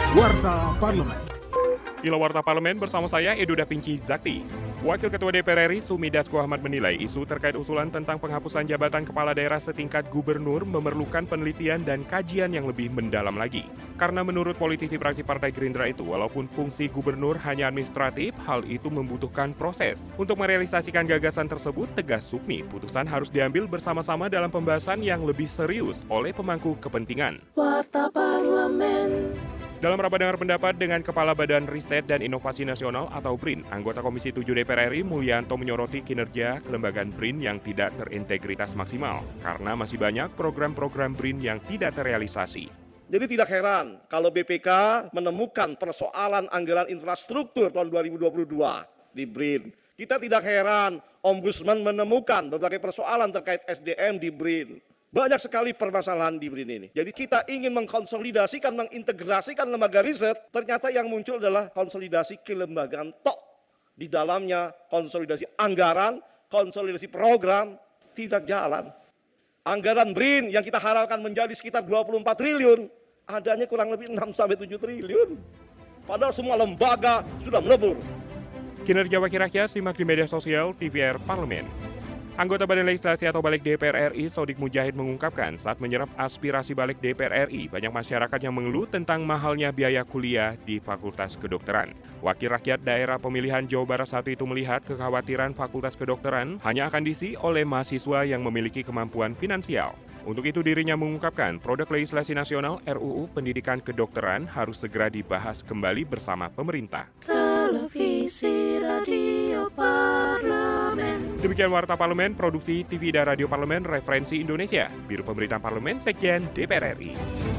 Warta Parlemen. Inilah Warta Parlemen bersama saya, Edo Da Vinci Zakti. Wakil Ketua DPR RI, Sumi Dasko Ahmad menilai isu terkait usulan tentang penghapusan jabatan kepala daerah setingkat gubernur memerlukan penelitian dan kajian yang lebih mendalam lagi. Karena menurut politisi fraksi Partai Gerindra itu, walaupun fungsi gubernur hanya administratif, hal itu membutuhkan proses. Untuk merealisasikan gagasan tersebut, tegas Sukmi, putusan harus diambil bersama-sama dalam pembahasan yang lebih serius oleh pemangku kepentingan. Warta Parlemen. Dalam rapat dengar pendapat dengan Kepala Badan Riset dan Inovasi Nasional atau BRIN, anggota Komisi 7 DPR RI Mulyanto menyoroti kinerja kelembagaan BRIN yang tidak terintegritas maksimal karena masih banyak program-program BRIN yang tidak terrealisasi. Jadi tidak heran kalau BPK menemukan persoalan anggaran infrastruktur tahun 2022 di BRIN. Kita tidak heran Ombudsman menemukan berbagai persoalan terkait SDM di BRIN. Banyak sekali permasalahan di BRIN ini. Jadi kita ingin mengkonsolidasikan, mengintegrasikan lembaga riset. Ternyata yang muncul adalah konsolidasi kelembagaan tok. Di dalamnya konsolidasi anggaran, konsolidasi program, tidak jalan. Anggaran BRIN yang kita harapkan menjadi sekitar 24 triliun, adanya kurang lebih 6-7 triliun. Padahal semua lembaga sudah melebur. Kinerja Wakil Rakyat simak di media sosial TVR Parlemen. Anggota Badan Legislasi atau Balik DPR RI, Sodik Mujahid mengungkapkan saat menyerap aspirasi Balik DPR RI, banyak masyarakat yang mengeluh tentang mahalnya biaya kuliah di Fakultas Kedokteran. Wakil Rakyat Daerah Pemilihan Jawa Barat 1 itu melihat kekhawatiran Fakultas Kedokteran hanya akan diisi oleh mahasiswa yang memiliki kemampuan finansial. Untuk itu dirinya mengungkapkan produk legislasi nasional RUU Pendidikan Kedokteran harus segera dibahas kembali bersama pemerintah. Televisi Radio Parlemen. Demikian Warta Parlemen, produksi TV dan Radio Parlemen Referensi Indonesia, Biro Pemberitaan Parlemen, Sekjen DPR RI.